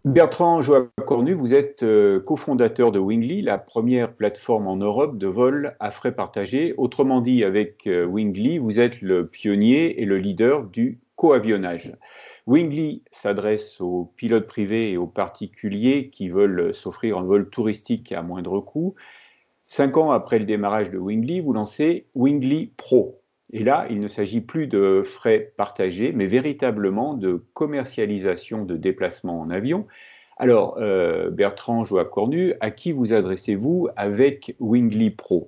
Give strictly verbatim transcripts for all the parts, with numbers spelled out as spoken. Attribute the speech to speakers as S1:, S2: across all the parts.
S1: Bertrand Joacornu, vous êtes euh, cofondateur de Wingly, la première plateforme en Europe de vol à frais partagés. Autrement dit, avec euh, Wingly, vous êtes le pionnier et le leader du coavionnage. Wingly s'adresse aux pilotes privés et aux particuliers qui veulent s'offrir un vol touristique à moindre coût. Cinq ans après le démarrage de Wingly, vous lancez Wingly Pro. Et là, il ne s'agit plus de frais partagés, mais véritablement de commercialisation de déplacements en avion. Alors, euh, Bertrand Joacornu, à qui vous adressez-vous avec Wingly Pro?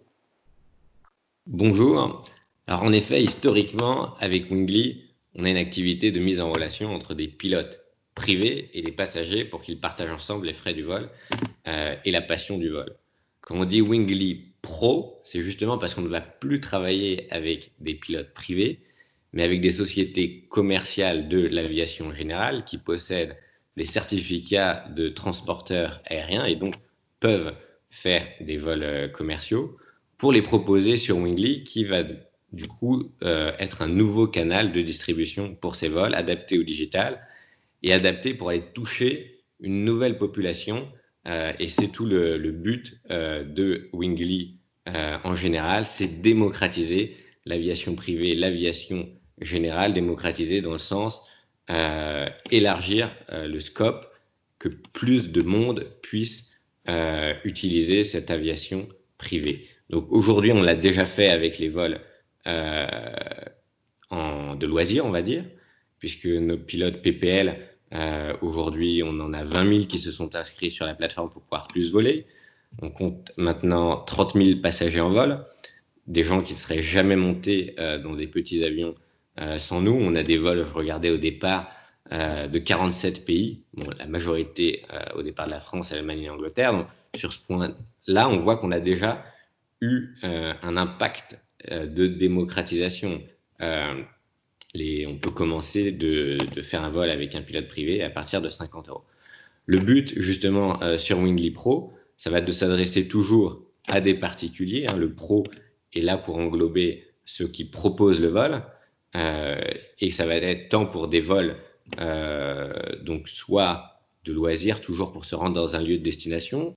S2: Bonjour. Alors en effet, historiquement, avec Wingly, on a une activité de mise en relation entre des pilotes privés et des passagers pour qu'ils partagent ensemble les frais du vol euh, et la passion du vol. Quand on dit Wingly Pro, c'est justement parce qu'on ne va plus travailler avec des pilotes privés, mais avec des sociétés commerciales de l'aviation générale qui possèdent les certificats de transporteurs aériens et donc peuvent faire des vols euh, commerciaux pour les proposer sur Wingly, qui va du coup euh, être un nouveau canal de distribution pour ces vols, adapté au digital et adapté pour aller toucher une nouvelle population. Euh, et c'est tout le, le but euh, de Wingly euh, en général, c'est démocratiser l'aviation privée, l'aviation générale, démocratiser dans le sens euh, élargir euh, le scope, que plus de monde puisse euh, utiliser cette aviation privée. Donc aujourd'hui, on l'a déjà fait avec les vols euh, en, de loisirs, on va dire, puisque nos pilotes P P L, euh, aujourd'hui, on en a vingt mille qui se sont inscrits sur la plateforme pour pouvoir plus voler. On compte maintenant trente mille passagers en vol, des gens qui ne seraient jamais montés euh, dans des petits avions euh, sans nous. On a des vols, je regardais au départ, euh, de quarante-sept pays, bon, la majorité euh, au départ de la France, l'Allemagne et l'Angleterre. Donc sur ce point-là, on voit qu'on a déjà eu euh, un impact euh, de démocratisation. Euh, les, on peut commencer de, de faire un vol avec un pilote privé à partir de cinquante euros. Le but, justement, euh, sur Wingly Pro, ça va être de s'adresser toujours à des particuliers. Hein. Le pro est là pour englober ceux qui proposent le vol. Euh, et ça va être tant pour des vols, euh, donc soit de loisirs, toujours pour se rendre dans un lieu de destination,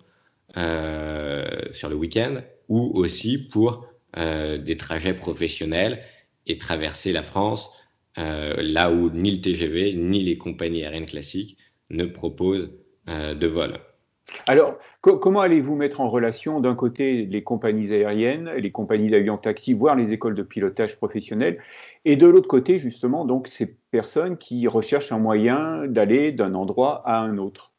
S2: euh, sur le week-end, ou aussi pour euh, des trajets professionnels et traverser la France, euh, là où ni le T G V, ni les compagnies aériennes classiques ne proposent euh, de vol.
S1: Alors, co comment allez-vous mettre en relation d'un côté les compagnies aériennes, les compagnies d'avions taxi, voire les écoles de pilotage professionnelles, et de l'autre côté, justement, donc ces personnes qui recherchent un moyen d'aller d'un endroit à un autre?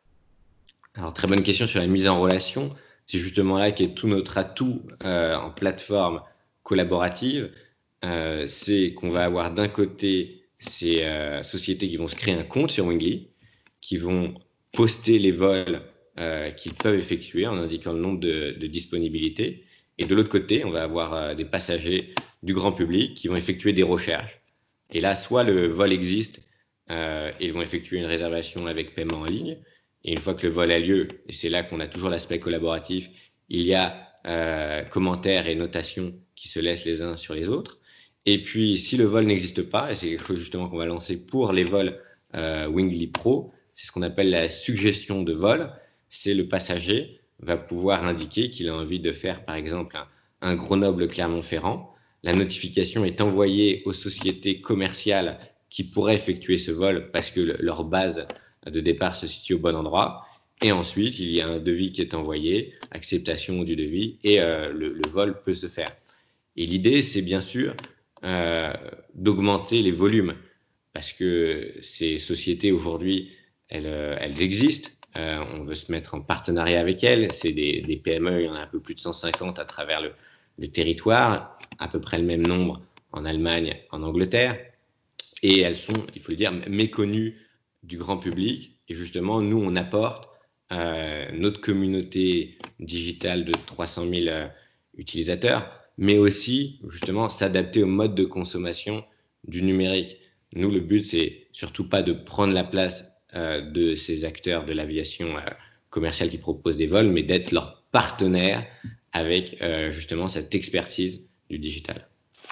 S2: Alors, très bonne question sur la mise en relation. C'est justement là qu'est tout notre atout euh, en plateforme collaborative. Euh, c'est qu'on va avoir d'un côté ces euh, sociétés qui vont se créer un compte sur Wingly, qui vont poster les vols euh, qu'ils peuvent effectuer en indiquant le nombre de, de disponibilités. Et de l'autre côté, on va avoir euh, des passagers du grand public qui vont effectuer des recherches. Et là, soit le vol existe euh, et ils vont effectuer une réservation avec paiement en ligne. Et une fois que le vol a lieu, et c'est là qu'on a toujours l'aspect collaboratif, il y a euh, commentaires et notations qui se laissent les uns sur les autres. Et puis, si le vol n'existe pas, et c'est quelque chose justement qu'on va lancer pour les vols euh, Wingly Pro, c'est ce qu'on appelle la suggestion de vol. C'est le passager va pouvoir indiquer qu'il a envie de faire, par exemple, un, un Grenoble-Clermont-Ferrand. La notification est envoyée aux sociétés commerciales qui pourraient effectuer ce vol parce que le, leur base de départ se situe au bon endroit. Et ensuite, il y a un devis qui est envoyé, acceptation du devis, et euh, le, le vol peut se faire. Et l'idée, c'est bien sûr euh, d'augmenter les volumes, parce que ces sociétés aujourd'hui, elles, elles existent. Euh, on veut se mettre en partenariat avec elles. C'est des, des P M E, il y en a un peu plus de cent cinquante à travers le, le territoire, à peu près le même nombre en Allemagne, en Angleterre. Et elles sont, il faut le dire, méconnues du grand public. Et justement, nous, on apporte euh, notre communauté digitale de trois cent mille euh, utilisateurs, mais aussi, justement, s'adapter au mode de consommation du numérique. Nous, le but, c'est surtout pas de prendre la place euh, de ces acteurs de l'aviation euh, commerciale qui proposent des vols, mais d'être leur partenaire avec euh, justement cette expertise du digital.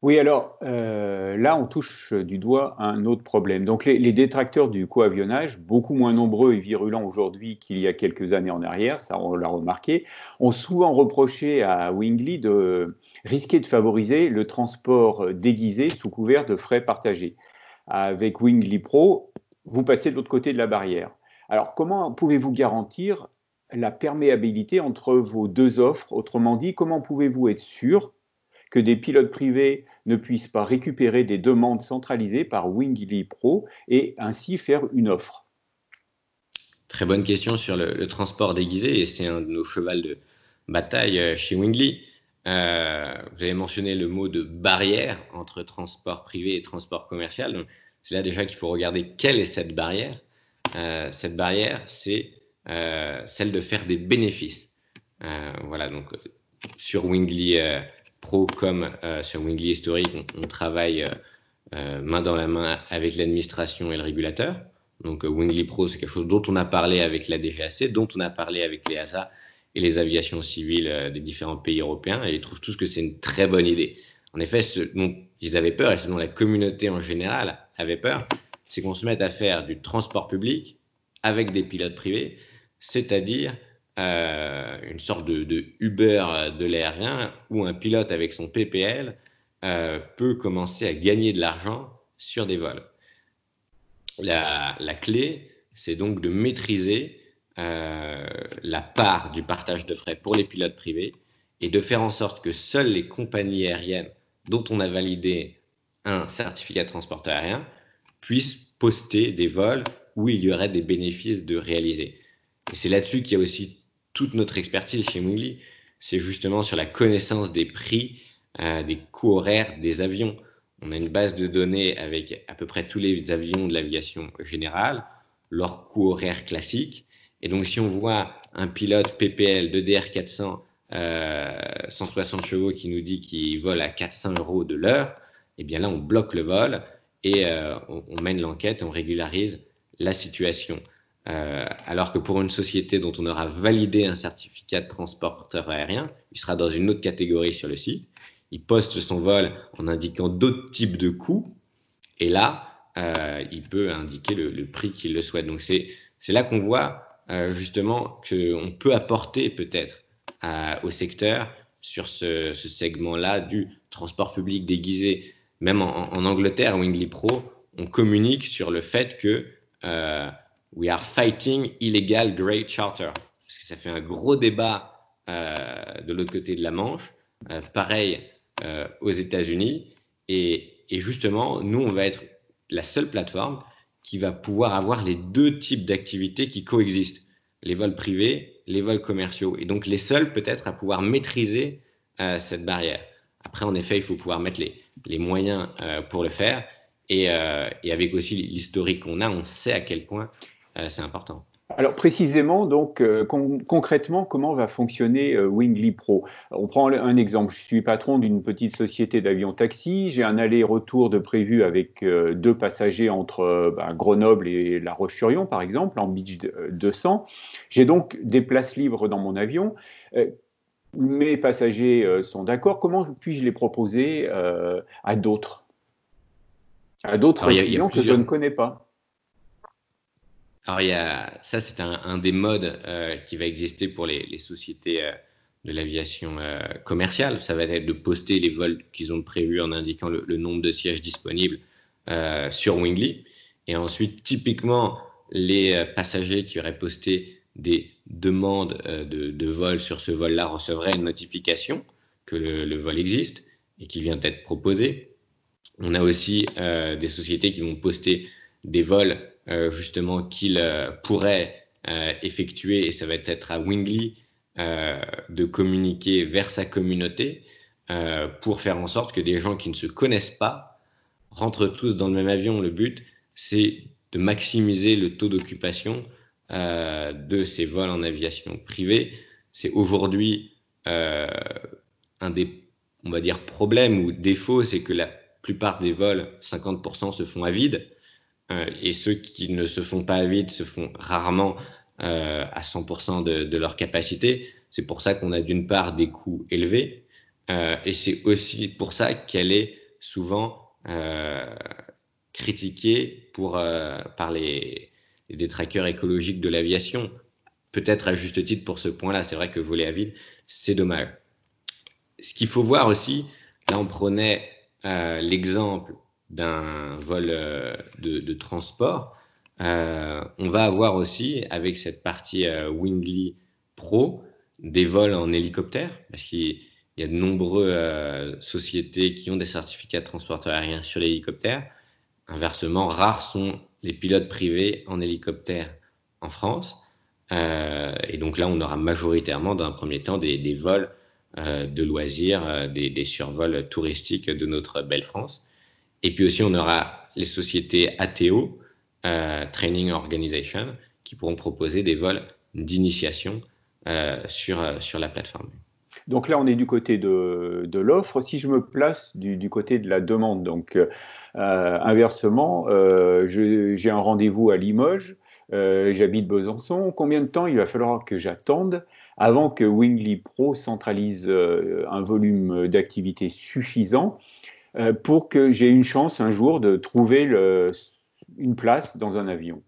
S1: Oui, alors euh, là, on touche du doigt un autre problème. Donc, les, les détracteurs du coavionnage, beaucoup moins nombreux et virulents aujourd'hui qu'il y a quelques années en arrière, ça on l'a remarqué, ont souvent reproché à Wingley de risquer de favoriser le transport déguisé sous couvert de frais partagés. Avec Wingley Pro, vous passez de l'autre côté de la barrière. Alors, comment pouvez-vous garantir la perméabilité entre vos deux offres? Autrement dit, comment pouvez-vous être sûr que des pilotes privés ne puissent pas récupérer des demandes centralisées par Wingley Pro et ainsi faire une offre?
S2: Très bonne question sur le, le transport déguisé, et c'est un de nos chevals de bataille euh, chez Wingley. Euh, vous avez mentionné le mot de barrière entre transport privé et transport commercial. Donc, c'est là déjà qu'il faut regarder quelle est cette barrière. Euh, cette barrière, c'est euh, celle de faire des bénéfices. Euh, voilà, donc sur Wingley euh, Pro comme euh, sur Wingley historique, on, on travaille euh, euh, main dans la main avec l'administration et le régulateur. Donc euh, Wingley Pro, c'est quelque chose dont on a parlé avec la D G A C, dont on a parlé avec les A S A et les aviations civiles euh, des différents pays européens, et ils trouvent tous que c'est une très bonne idée. En effet, ce dont ils avaient peur, et ce dont la communauté en général avait peur, c'est qu'on se mette à faire du transport public avec des pilotes privés, c'est-à-dire euh, une sorte de, de Uber de l'aérien, où un pilote avec son P P L euh, peut commencer à gagner de l'argent sur des vols. La, la clé, c'est donc de maîtriser euh, la part du partage de frais pour les pilotes privés et de faire en sorte que seules les compagnies aériennes dont on a validé un certificat de transporteur aérien puissent poster des vols où il y aurait des bénéfices de réaliser. Et c'est là-dessus qu'il y a aussi toute notre expertise chez Wingley, c'est justement sur la connaissance des prix, euh, des coûts horaires des avions. On a une base de données avec à peu près tous les avions de l'aviation générale, leurs coûts horaires classiques. Et donc, si on voit un pilote P P L de D R quatre cents, euh, cent soixante chevaux, qui nous dit qu'il vole à quatre cents euros de l'heure, eh bien là, on bloque le vol et euh, on, on mène l'enquête, on régularise la situation. Euh, alors que pour une société dont on aura validé un certificat de transporteur aérien, il sera dans une autre catégorie sur le site. Il poste son vol en indiquant d'autres types de coûts, et là, euh, il peut indiquer le, le prix qu'il le souhaite. Donc c'est c'est là qu'on voit euh, justement qu'on peut apporter peut-être au secteur sur ce, ce segment-là du transport public déguisé. Même en, en Angleterre, Wingley Pro, on communique sur le fait que euh, we are fighting illegal grey charter, parce que ça fait un gros débat euh, de l'autre côté de la Manche. Euh, pareil euh, aux États-Unis, et, et justement, nous, on va être la seule plateforme qui va pouvoir avoir les deux types d'activités qui coexistent, les vols privés, les vols commerciaux, et donc les seuls peut-être à pouvoir maîtriser euh, cette barrière. Après, en effet, il faut pouvoir mettre les, les moyens euh, pour le faire, et, euh, et avec aussi l'historique qu'on a, on sait à quel point euh, c'est important.
S1: Alors précisément, donc euh, con concrètement, comment va fonctionner euh, Wingley Pro? On prend un exemple. Je suis patron d'une petite société d'avions taxi. J'ai un aller-retour de prévu avec euh, deux passagers entre euh, ben, Grenoble et La Roche-sur-Yon, par exemple, en Beech deux cents. J'ai donc des places libres dans mon avion. Euh, mes passagers euh, sont d'accord. Comment puis-je les proposer euh, à d'autres, à d'autres clients que je ne connais pas?
S2: Alors, il y a, ça, c'est un, un des modes euh, qui va exister pour les, les sociétés euh, de l'aviation euh, commerciale. Ça va être de poster les vols qu'ils ont prévus en indiquant le, le nombre de sièges disponibles euh, sur Wingley. Et ensuite, typiquement, les euh, passagers qui auraient posté des demandes euh, de, de vol sur ce vol-là recevraient une notification que le, le vol existe et qu'il vient d'être proposé. On a aussi euh, des sociétés qui vont poster des vols Euh, justement qu'il euh, pourrait euh, effectuer, et ça va être à Wingley euh, de communiquer vers sa communauté euh, pour faire en sorte que des gens qui ne se connaissent pas rentrent tous dans le même avion. Le but, c'est de maximiser le taux d'occupation euh, de ces vols en aviation privée. C'est aujourd'hui euh, un des, on va dire, problèmes ou défauts, c'est que la plupart des vols, cinquante pour cent se font à vide. Et ceux qui ne se font pas à vide se font rarement euh, à cent pour cent de, de leur capacité. C'est pour ça qu'on a d'une part des coûts élevés euh, et c'est aussi pour ça qu'elle est souvent euh, critiqué pour, euh, par les, les détraqueurs écologiques de l'aviation. Peut-être à juste titre pour ce point-là. C'est vrai que voler à vide, c'est dommage. Ce qu'il faut voir aussi, là on prenait euh, l'exemple d'un vol euh, de, de transport. Euh, on va avoir aussi, avec cette partie euh, Wingly Pro, des vols en hélicoptère, parce qu'il y a de nombreuses euh, sociétés qui ont des certificats de transporteur aérien sur l'hélicoptère. Inversement, rares sont les pilotes privés en hélicoptère en France. Euh, et donc là, on aura majoritairement, dans un premier temps, des, des vols euh, de loisirs, euh, des, des survols touristiques de notre belle France. Et puis aussi, on aura les sociétés A T O, euh, Training Organization, qui pourront proposer des vols d'initiation euh, sur, sur la plateforme.
S1: Donc là, on est du côté de, de l'offre. Si je me place du, du côté de la demande, donc euh, inversement, euh, je, j'ai un rendez-vous à Limoges, euh, j'habite Besançon. Combien de temps il va falloir que j'attende avant que Wingly Pro centralise euh, un volume d'activité suffisant euh, pour que j'ai une chance un jour de trouver le, une place dans un avion?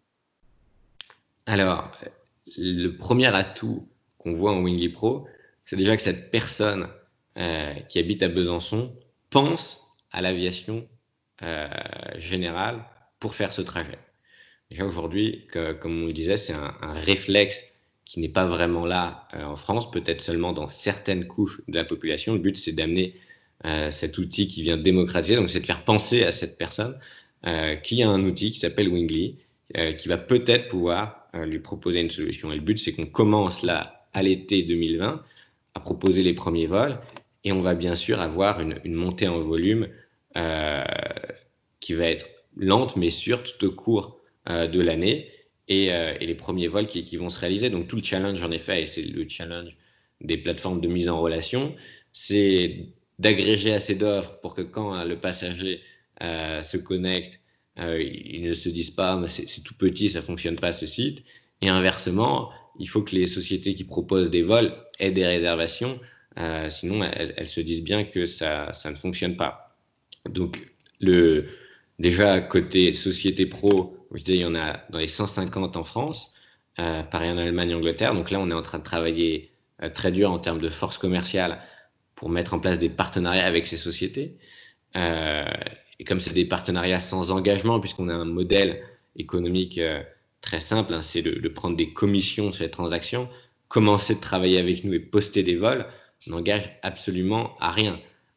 S2: Alors, le premier atout qu'on voit en Wingly Pro, c'est déjà que cette personne euh, qui habite à Besançon pense à l'aviation euh, générale pour faire ce trajet. Déjà aujourd'hui, que, comme on le disait, c'est un, un réflexe qui n'est pas vraiment là euh, en France, peut-être seulement dans certaines couches de la population. Le but, c'est d'amener euh, cet outil qui vient démocratiser, donc c'est de faire penser à cette personne euh, qui a un outil qui s'appelle Wingly, euh, qui va peut-être pouvoir euh, lui proposer une solution. Et le but, c'est qu'on commence là, à l'été deux mille vingt, à proposer les premiers vols, et on va bien sûr avoir une, une montée en volume euh, qui va être lente, mais sûre tout au cours euh, de l'année, et, euh, et les premiers vols qui, qui vont se réaliser. Donc tout le challenge, en effet, et c'est le challenge des plateformes de mise en relation, c'est d'agréger assez d'offres pour que quand euh, le passager euh, se connecte, euh, ils ne se disent pas mais c'est, c'est tout petit, ça fonctionne pas ce site. Et inversement, il faut que les sociétés qui proposent des vols aient des réservations, euh, sinon elles, elles se disent bien que ça, ça ne fonctionne pas. Donc le, déjà côté société pro, je disais, il y en a dans les cent cinquante en France, euh, pareil en Allemagne et Angleterre. Donc là, on est en train de travailler euh, très dur en termes de force commerciale pour mettre en place des partenariats avec ces sociétés. Euh, et comme c'est des partenariats sans engagement, puisqu'on a un modèle économique euh, très simple, hein, c'est de, de prendre des commissions sur les transactions, commencer de travailler avec nous et poster des vols n'engage absolument à rien.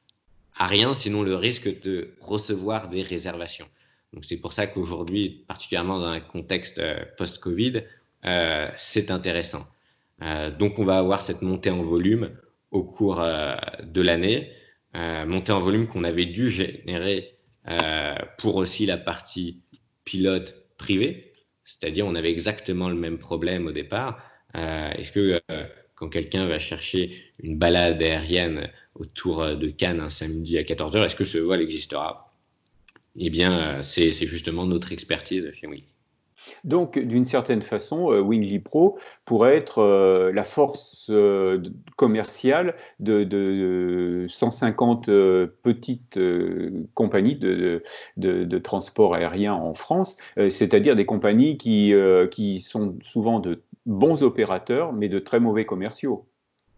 S2: À rien, sinon le risque de recevoir des réservations. Donc c'est pour ça qu'aujourd'hui, particulièrement dans un contexte euh, post-Covid, euh, c'est intéressant. Euh, donc on va avoir cette montée en volume au cours euh, de l'année, euh, montée en volume qu'on avait dû générer euh, pour aussi la partie pilote privée, c'est-à-dire on avait exactement le même problème au départ. Euh, est-ce que euh, quand quelqu'un va chercher une balade aérienne autour de Cannes un samedi à quatorze heures, est-ce que ce vol existera? Eh bien, c'est, c'est justement notre expertise chez Wingly.
S1: Donc, d'une certaine façon, euh, Wingly Pro pourrait être euh, la force euh, commerciale de, de cent cinquante euh, petites euh, compagnies de, de, de transport aérien en France, euh, c'est-à-dire des compagnies qui, euh, qui sont souvent de bons opérateurs, mais de très mauvais commerciaux.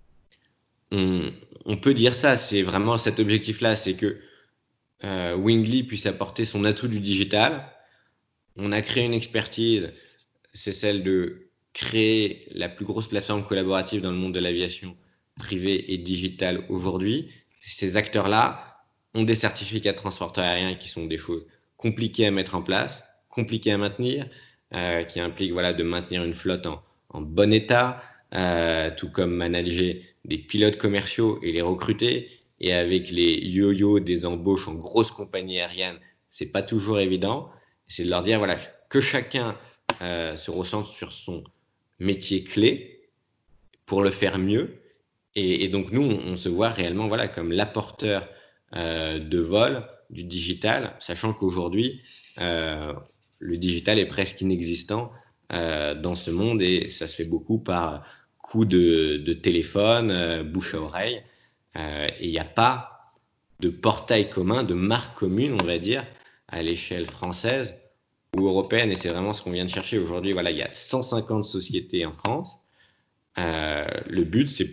S2: On, on peut dire ça, c'est vraiment cet objectif-là, c'est que euh, Wingly puisse apporter son atout du digital. On a créé une expertise, c'est celle de créer la plus grosse plateforme collaborative dans le monde de l'aviation privée et digitale aujourd'hui. Ces acteurs-là ont des certificats de transporteurs aériens qui sont des choses compliquées à mettre en place, compliquées à maintenir, euh, qui impliquent voilà, de maintenir une flotte en, en bon état, euh, tout comme manager des pilotes commerciaux et les recruter. Et avec les yo-yo des embauches en grosses compagnies aériennes, c'est pas toujours évident. C'est de leur dire voilà, que chacun euh, se recentre sur son métier clé pour le faire mieux. Et, et donc nous, on, on se voit réellement voilà, comme l'apporteur euh, de vol du digital, sachant qu'aujourd'hui, euh, le digital est presque inexistant euh, dans ce monde et ça se fait beaucoup par coup de, de téléphone, euh, bouche à oreille. Euh, et il n'y a pas de portail commun, de marque commune, on va dire, à l'échelle française ou européenne. Et c'est vraiment ce qu'on vient de chercher aujourd'hui. Voilà, il y a cent cinquante sociétés en France. Euh, le but, c'est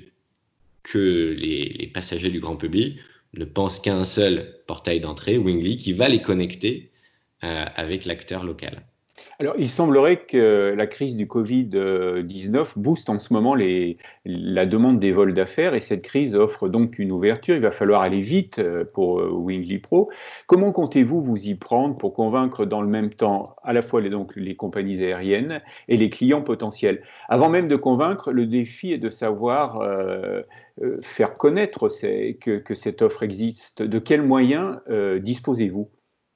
S2: que les, les passagers du grand public ne pensent qu'à un seul portail d'entrée, Wingly, qui va les connecter euh, avec l'acteur local.
S1: Alors, il semblerait que la crise du Covid dix-neuf booste en ce moment les, la demande des vols d'affaires et cette crise offre donc une ouverture. Il va falloir aller vite pour Wingly Pro. Comment comptez-vous vous y prendre pour convaincre dans le même temps à la fois les, donc, les compagnies aériennes et les clients potentiels? Avant même de convaincre, le défi est de savoir euh, faire connaître ces, que, que cette offre existe. De quels moyens euh, disposez-vous?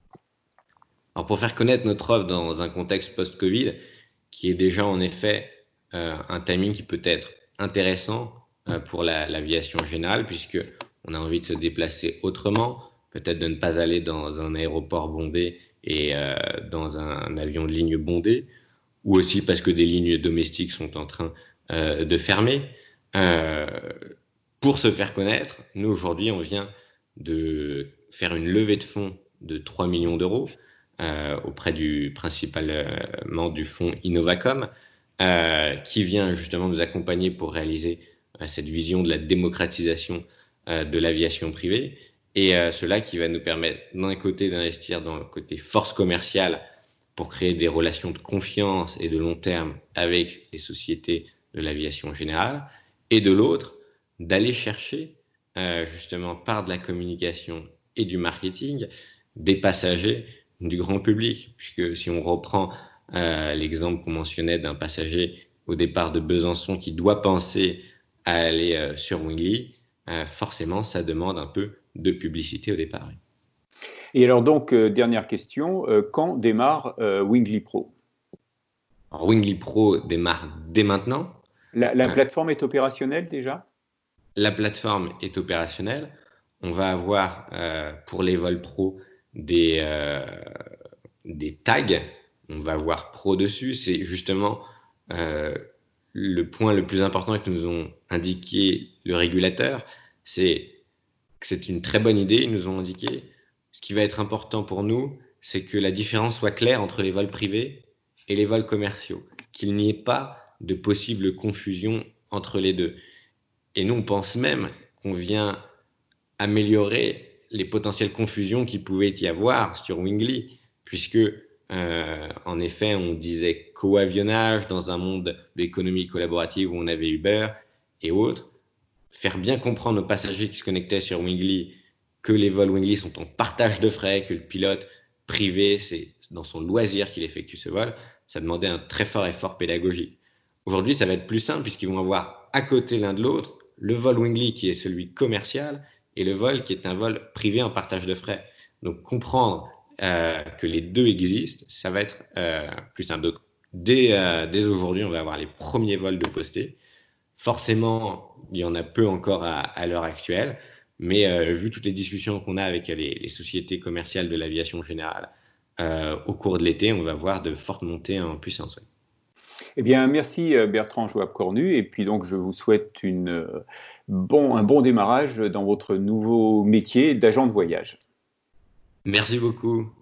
S2: Alors pour faire connaître notre offre dans un contexte post-Covid, qui est déjà en effet euh, un timing qui peut être intéressant euh, pour la, l'aviation générale, puisqu'on a envie de se déplacer autrement, peut-être de ne pas aller dans un aéroport bondé et euh, dans un, un avion de ligne bondé, ou aussi parce que des lignes domestiques sont en train euh, de fermer. Euh, pour se faire connaître, nous aujourd'hui, on vient de faire une levée de fonds de trois millions d'euros. Euh, auprès du principalement du fonds Innovacom, euh, qui vient justement nous accompagner pour réaliser euh, cette vision de la démocratisation euh, de l'aviation privée. Et euh, cela qui va nous permettre d'un côté d'investir dans le côté force commerciale pour créer des relations de confiance et de long terme avec les sociétés de l'aviation générale, et de l'autre, d'aller chercher euh, justement par de la communication et du marketing des passagers du grand public, puisque si on reprend euh, l'exemple qu'on mentionnait d'un passager au départ de Besançon qui doit penser à aller euh, sur Wingly, euh, forcément ça demande un peu de publicité au départ.
S1: Et alors donc, euh, dernière question, euh, quand démarre euh, Wingly Pro?
S2: Alors Wingly Pro démarre dès maintenant.
S1: La, la euh, plateforme est opérationnelle déjà?
S2: La plateforme est opérationnelle. On va avoir euh, pour les vols pro des, euh, des tags, on va voir pro dessus. C'est justement euh, le point le plus important que nous ont indiqué le régulateur, c'est que c'est une très bonne idée. Ils nous ont indiqué ce qui va être important pour nous, c'est que la différence soit claire entre les vols privés et les vols commerciaux, qu'il n'y ait pas de possible confusion entre les deux. Et nous, on pense même qu'on vient améliorer les potentielles confusions qu'il pouvait y avoir sur Wingly, puisque, euh, en effet, on disait coavionnage dans un monde d'économie collaborative où on avait Uber et autres. Faire bien comprendre aux passagers qui se connectaient sur Wingly que les vols Wingly sont en partage de frais, que le pilote privé, c'est dans son loisir qu'il effectue ce vol, ça demandait un très fort effort pédagogique. Aujourd'hui, ça va être plus simple puisqu'ils vont avoir à côté l'un de l'autre le vol Wingly qui est celui commercial et le vol qui est un vol privé en partage de frais. Donc comprendre euh, que les deux existent, ça va être euh, plus simple. Donc, dès, euh, dès aujourd'hui, on va avoir les premiers vols de postés. Forcément, il y en a peu encore à, à l'heure actuelle, mais euh, vu toutes les discussions qu'on a avec les, les sociétés commerciales de l'aviation générale, euh, au cours de l'été, on va voir de fortes montées en puissance. Ouais.
S1: Eh bien, merci Bertrand Joab-Cornu, et puis donc je vous souhaite une, bon, un bon démarrage dans votre nouveau métier d'agent de voyage.
S2: Merci beaucoup.